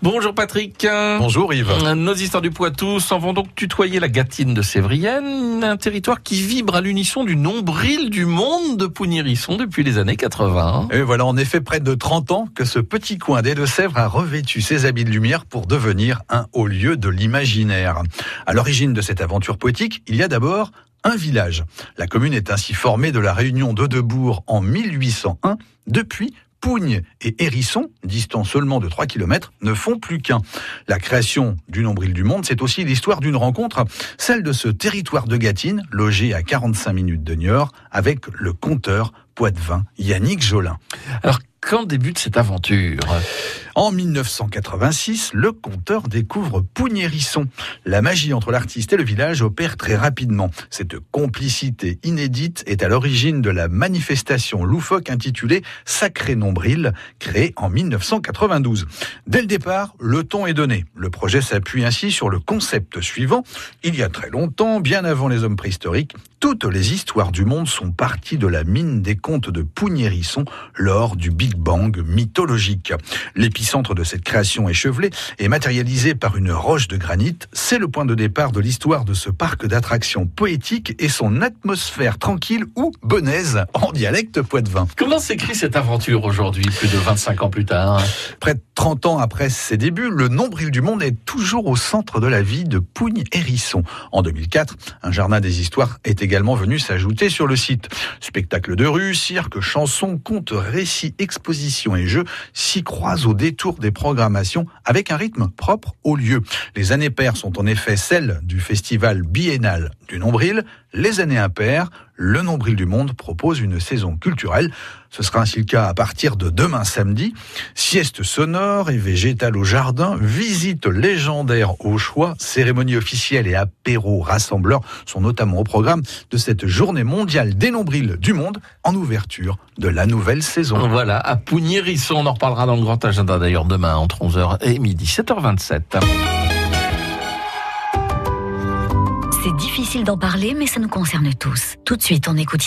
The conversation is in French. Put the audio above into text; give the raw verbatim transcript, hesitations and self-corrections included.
Bonjour Patrick. Bonjour Yves. Nos histoires du Poitou s'en vont donc tutoyer la Gâtine de Sévrienne, un territoire qui vibre à l'unisson du nombril du monde de Pougny-Risson depuis les années quatre-vingts. Et voilà en effet près de trente ans que ce petit coin des Deux-Sèvres a revêtu ses habits de lumière pour devenir un haut lieu de l'imaginaire. À l'origine de cette aventure poétique, il y a d'abord un village. La commune est ainsi formée de la réunion de deux bourgs en mille huit cent un. Depuis, Pougny et Hérisson, distants seulement de trois kilomètres, ne font plus qu'un. La création du Nombril du Monde, c'est aussi l'histoire d'une rencontre, celle de ce territoire de Gâtine, logé à quarante-cinq minutes de Niort, avec le conteur poitevin Yannick Jolin. Alors, quand débute cette aventure ? En mille neuf cent quatre-vingt-six, le conteur découvre Pougny-Hérisson. La magie entre l'artiste et le village opère très rapidement. Cette complicité inédite est à l'origine de la manifestation loufoque intitulée Sacré Nombril, créée en mille neuf cent quatre-vingt-douze. Dès le départ, le ton est donné. Le projet s'appuie ainsi sur le concept suivant. Il y a très longtemps, bien avant les hommes préhistoriques, toutes les histoires du monde sont parties de la mine des contes de Pougny-Hérisson lors du Big Bang mythologique. L'épicentre de cette création échevelée est matérialisé par une roche de granit. C'est le point de départ de l'histoire de ce parc d'attractions poétiques et son atmosphère tranquille ou benaise en dialecte poitevin. Comment s'écrit cette aventure aujourd'hui, plus de vingt-cinq ans plus tard ? Près de trente ans après ses débuts, le Nombril du Monde est toujours au centre de la vie de Pougny-Hérisson. En deux mille quatre, un jardin des histoires est également venu s'ajouter sur le site. Spectacles de rue, cirque, chansons, contes, récits, expositions et jeux s'y croisent au détour des programmations avec un rythme propre au lieu. Les années paires sont en effet celles du festival biennal du Nombril. Les années impaires, le Nombril du Monde propose une saison culturelle. Ce sera ainsi le cas à partir de demain samedi. Sieste sonore et végétale au jardin, visite légendaire au choix, cérémonie officielle et apéro rassembleur sont notamment au programme de cette journée mondiale des Nombrils du Monde en ouverture de la nouvelle saison. Voilà, à Pougny-Risson, on en reparlera dans le grand agenda d'ailleurs demain entre onze heures et midi, sept heures vingt-sept. C'est difficile d'en parler, mais ça nous concerne tous. Tout de suite, on écoute